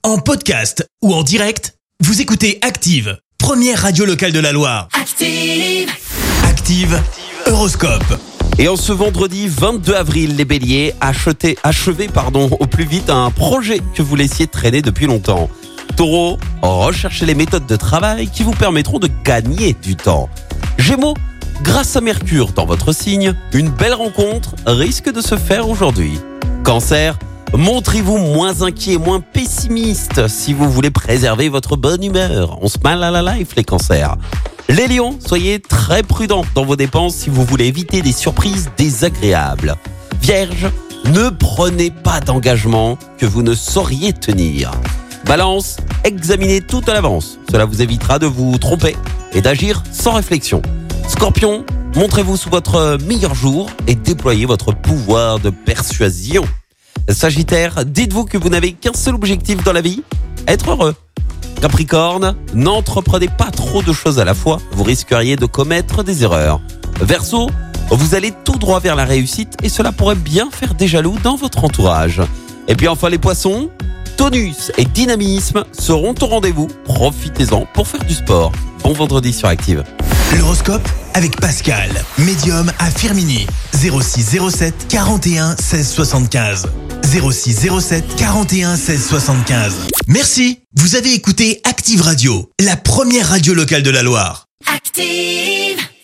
En podcast ou en direct, vous écoutez Active, première radio locale de la Loire. Active, Active Horoscope. Et en ce vendredi 22 avril, les béliers, achevez au plus vite un projet que vous laissiez traîner depuis longtemps. Taureau, recherchez les méthodes de travail qui vous permettront de gagner du temps. Gémeaux, grâce à Mercure dans votre signe, une belle rencontre risque de se faire aujourd'hui. Cancer, montrez-vous moins inquiet, moins pessimiste si vous voulez préserver votre bonne humeur. On se mal à la life, les cancers. Les lions, soyez très prudents dans vos dépenses si vous voulez éviter des surprises désagréables. Vierge, ne prenez pas d'engagement que vous ne sauriez tenir. Balance, examinez tout à l'avance. Cela vous évitera de vous tromper et d'agir sans réflexion. Scorpion, montrez-vous sous votre meilleur jour et déployez votre pouvoir de persuasion. Sagittaire, dites-vous que vous n'avez qu'un seul objectif dans la vie, être heureux. Capricorne, n'entreprenez pas trop de choses à la fois, vous risqueriez de commettre des erreurs. Verseau, vous allez tout droit vers la réussite et cela pourrait bien faire des jaloux dans votre entourage. Et puis enfin les poissons, tonus et dynamisme seront au rendez-vous, profitez-en pour faire du sport. Bon vendredi sur Active. L'horoscope avec Pascal, médium à Firminy, 06 07 41 16 75. 06 07 41 16 75. Merci, vous avez écouté Active Radio, la première radio locale de la Loire. Active!